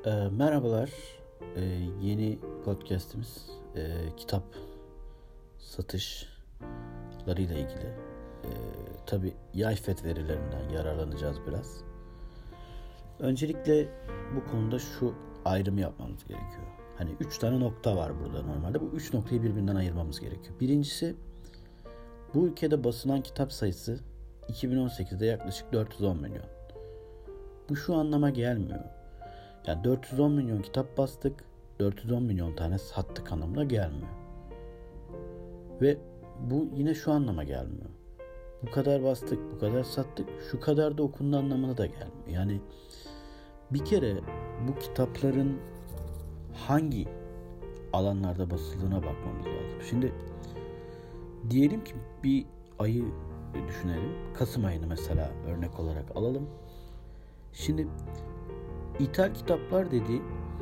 Merhabalar. Yeni podcast'imiz kitap satışlarıyla ilgili. Tabii Yayfet verilerinden yararlanacağız biraz. Öncelikle bu konuda şu ayrımı yapmamız gerekiyor. Hani 3 tane nokta var burada normalde. Bu 3 noktayı birbirinden ayırmamız gerekiyor. Birincisi, bu ülkede basılan kitap sayısı 2018'de yaklaşık 410 milyon. Bu şu anlama gelmiyor. Yani 410 milyon kitap bastık, 410 milyon tane sattık anlamına gelmiyor. Ve bu yine şu anlama gelmiyor. Bu kadar bastık, bu kadar sattık, şu kadar da okundu anlamına da gelmiyor. Yani bir kere bu kitapların hangi alanlarda basıldığına bakmamız lazım. Şimdi diyelim ki bir ayı düşünelim. Kasım ayını mesela örnek olarak alalım. Şimdi İthal kitaplar dediği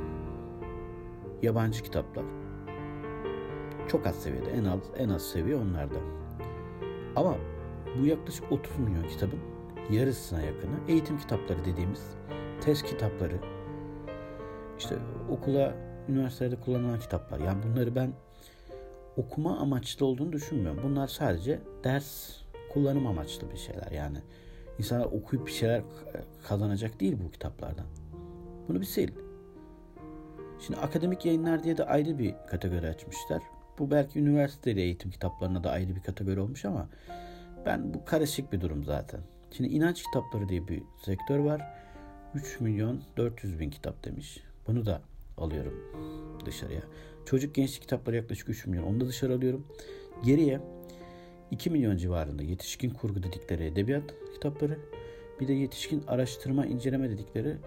yabancı kitaplar. Çok az seviyede, en az seviye onlarda. Ama bu yaklaşık 30 milyon kitabın yarısına yakını eğitim kitapları dediğimiz test kitapları. İşte okula, üniversitelerde kullanılan kitaplar. Yani bunları ben okuma amaçlı olduğunu düşünmüyorum. Bunlar sadece ders kullanım amaçlı bir şeyler. Yani insanlar okuyup bir şeyler kazanacak değil bu kitaplardan. Bunu bir sil. Şimdi akademik yayınlar diye de ayrı bir kategori açmışlar. Bu belki üniversiteli eğitim kitaplarına da ayrı bir kategori olmuş ama bu karışık bir durum zaten. Şimdi inanç kitapları diye bir sektör var. 3 milyon 400 bin kitap demiş. Bunu da alıyorum dışarıya. Çocuk gençlik kitapları yaklaşık 3 milyon. Onu da dışarı alıyorum. Geriye 2 milyon civarında yetişkin kurgu dedikleri edebiyat kitapları. Bir de yetişkin araştırma inceleme dedikleri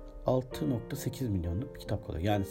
6.8 milyonluk bir kitap kalıyor. Yani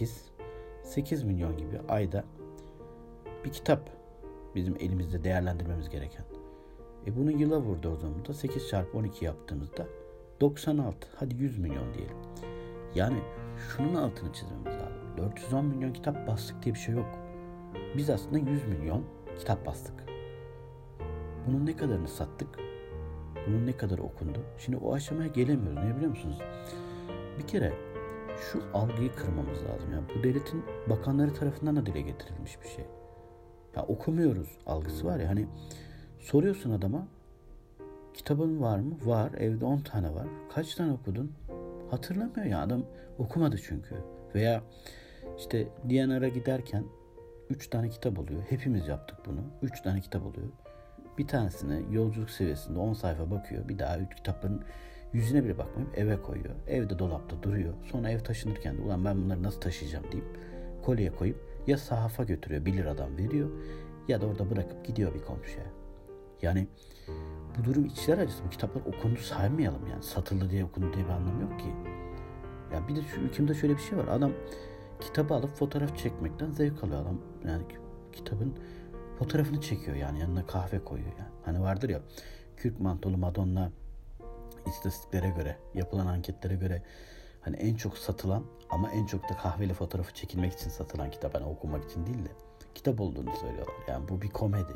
8 milyon gibi ayda bir kitap bizim elimizde değerlendirmemiz gereken. Bunu yıla vurduğumuzda 8 çarpı 12 yaptığımızda 96, hadi 100 milyon diyelim. Yani şunun altını çizmemiz lazım. 410 milyon kitap bastık diye bir şey yok. Biz aslında 100 milyon kitap bastık. Bunun ne kadarını sattık? Bunun ne kadar okundu? Şimdi o aşamaya gelemiyoruz. Ne biliyor musunuz? Bir kere şu algıyı kırmamız lazım. Yani bu devletin bakanları tarafından da dile getirilmiş bir şey. Ya okumuyoruz algısı var ya. Hani soruyorsun adama, kitabın var mı? Var. Evde 10 tane var. Kaç tane okudun? Hatırlamıyor ya. Adam okumadı çünkü. Veya işte DNR'a giderken 3 tane kitap oluyor. Hepimiz yaptık bunu. 3 tane kitap oluyor. Bir tanesine yolculuk seviyesinde 10 sayfa bakıyor. Bir daha 3 kitapların yüzüne bile bakmayıp eve koyuyor. Evde dolapta duruyor. Sonra ev taşınırken de ulan ben bunları nasıl taşıyacağım deyip kolye koyup ya sahafa götürüyor, 1 liradan veriyor, ya da orada bırakıp gidiyor bir komşuya. Yani bu durum içler acısı. Bu kitaplar okundu saymayalım yani. Satıldı diye okundu diye bir anlamı yok ki. Ya bir de şu ülkemde şöyle bir şey var. Adam kitabı alıp fotoğraf çekmekten zevk alıyor adam. Yani kitabın fotoğrafını çekiyor yani, yanına kahve koyuyor yani. Hani vardır ya, kürk mantolu Madonna istatistiklere göre, yapılan anketlere göre hani en çok satılan ama en çok da kahveli fotoğrafı çekilmek için satılan kitap, hani okumak için değil de kitap olduğunu söylüyorlar. Yani bu bir komedi.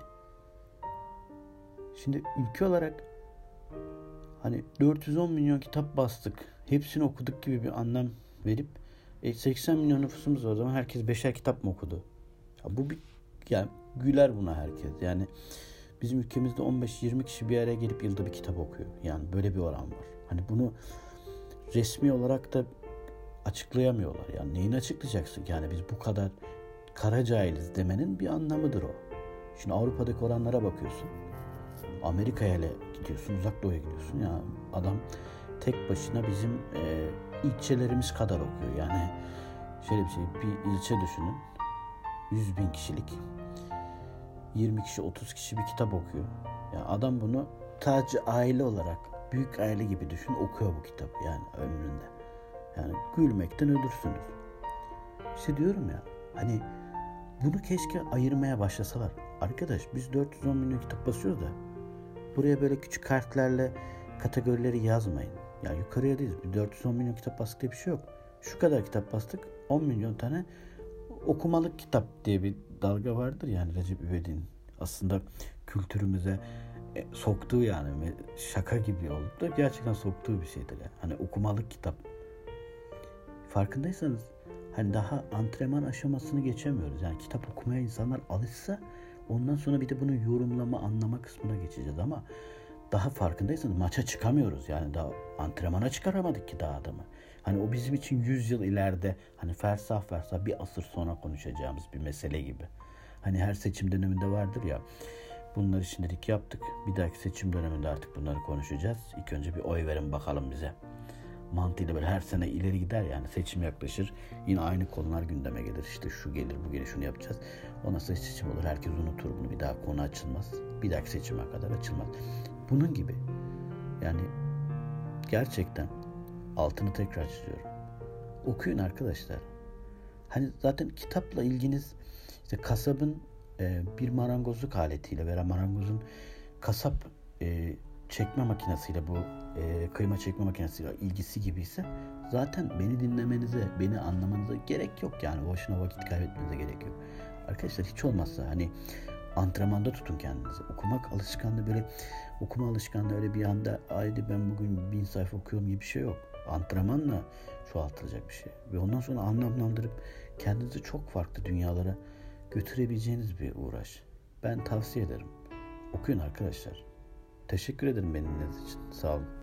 Şimdi ülke olarak hani 410 milyon kitap bastık, hepsini okuduk gibi bir anlam verip 80 milyon nüfusumuz var, o zaman herkes 5'er kitap mı okudu? Ya bu bir, yani güler buna herkes. Yani bizim ülkemizde 15-20 kişi bir araya gelip yılda bir kitap okuyor. Yani böyle bir oran var. Hani bunu resmi olarak da açıklayamıyorlar. Yani neyini açıklayacaksın? Yani biz bu kadar kara cahiliz demenin bir anlamıdır o. Şimdi Avrupa'daki oranlara bakıyorsun. Amerika'ya hele gidiyorsun, uzak doğuya gidiyorsun. Ya adam tek başına bizim ilçelerimiz kadar okuyor. Yani şöyle bir şey, bir ilçe düşünün. 100 bin kişilik, 20 kişi 30 kişi bir kitap okuyor. Yani adam bunu sadece aile olarak, büyük aile gibi düşün, okuyor bu kitabı yani ömründe. Yani gülmekten ölürsünüz. İşte diyorum ya, hani bunu keşke ayırmaya başlasalar. Arkadaş, biz 410 milyon kitap basıyoruz da buraya böyle küçük harflerle kategorileri yazmayın. Ya yukarıya değil, 410 milyon kitap bastık diye bir şey yok. Şu kadar kitap bastık, 10 milyon tane okumalık kitap diye bir dalga vardır yani Recep İvedik'in aslında kültürümüze soktuğu, yani şaka gibi olup da gerçekten soktuğu bir şeydir yani. Hani okumalık kitap. farkındaysanız hani daha antrenman aşamasını geçemiyoruz. Yani kitap okumaya insanlar alışsa ondan sonra bir de bunu yorumlama, anlama kısmına geçeceğiz ama daha farkındaysanız maça çıkamıyoruz. Yani daha antrenmana çıkaramadık ki daha adamı. Hani o bizim için 100 yıl ileride hani fersah bir asır sonra konuşacağımız bir mesele gibi. Hani her seçim döneminde vardır ya, bunları şimdilik yaptık. Bir dahaki seçim döneminde artık bunları konuşacağız. İlk önce bir oy verin bakalım bize. Mantığıyla böyle her sene ileri gider yani, seçim yaklaşır. Yine aynı konular gündeme gelir. İşte şu gelir, bu gelir, şunu yapacağız. Ondan sonra seçim olur. Herkes unutur bunu. Bir daha konu açılmaz. Bir dahaki seçime kadar açılmaz. Bunun gibi. Yani gerçekten altını tekrar çiziyorum. Okuyun arkadaşlar. Hani zaten kitapla ilginiz işte kasabın bir marangozluk aletiyle veya marangozun kasap çekme makinesiyle, bu kıyma çekme makinesiyle ilgisi gibiyse zaten beni dinlemenize, beni anlamanıza gerek yok yani. Boşuna vakit kaybetmenize gerek yok. Arkadaşlar hiç olmazsa hani antrenmanda tutun kendinizi. Okumak alışkanlığı, böyle okuma alışkanlığı öyle bir anda haydi ben bugün 1000 sayfa okuyorum gibi bir şey yok. Antrenmanla çoğaltılacak bir şey. Ve ondan sonra anlamlandırıp kendinizi çok farklı dünyalara götürebileceğiniz bir uğraş. Ben tavsiye ederim. Okuyun arkadaşlar. Teşekkür ederim beni dinlediğiniz için. Sağ olun.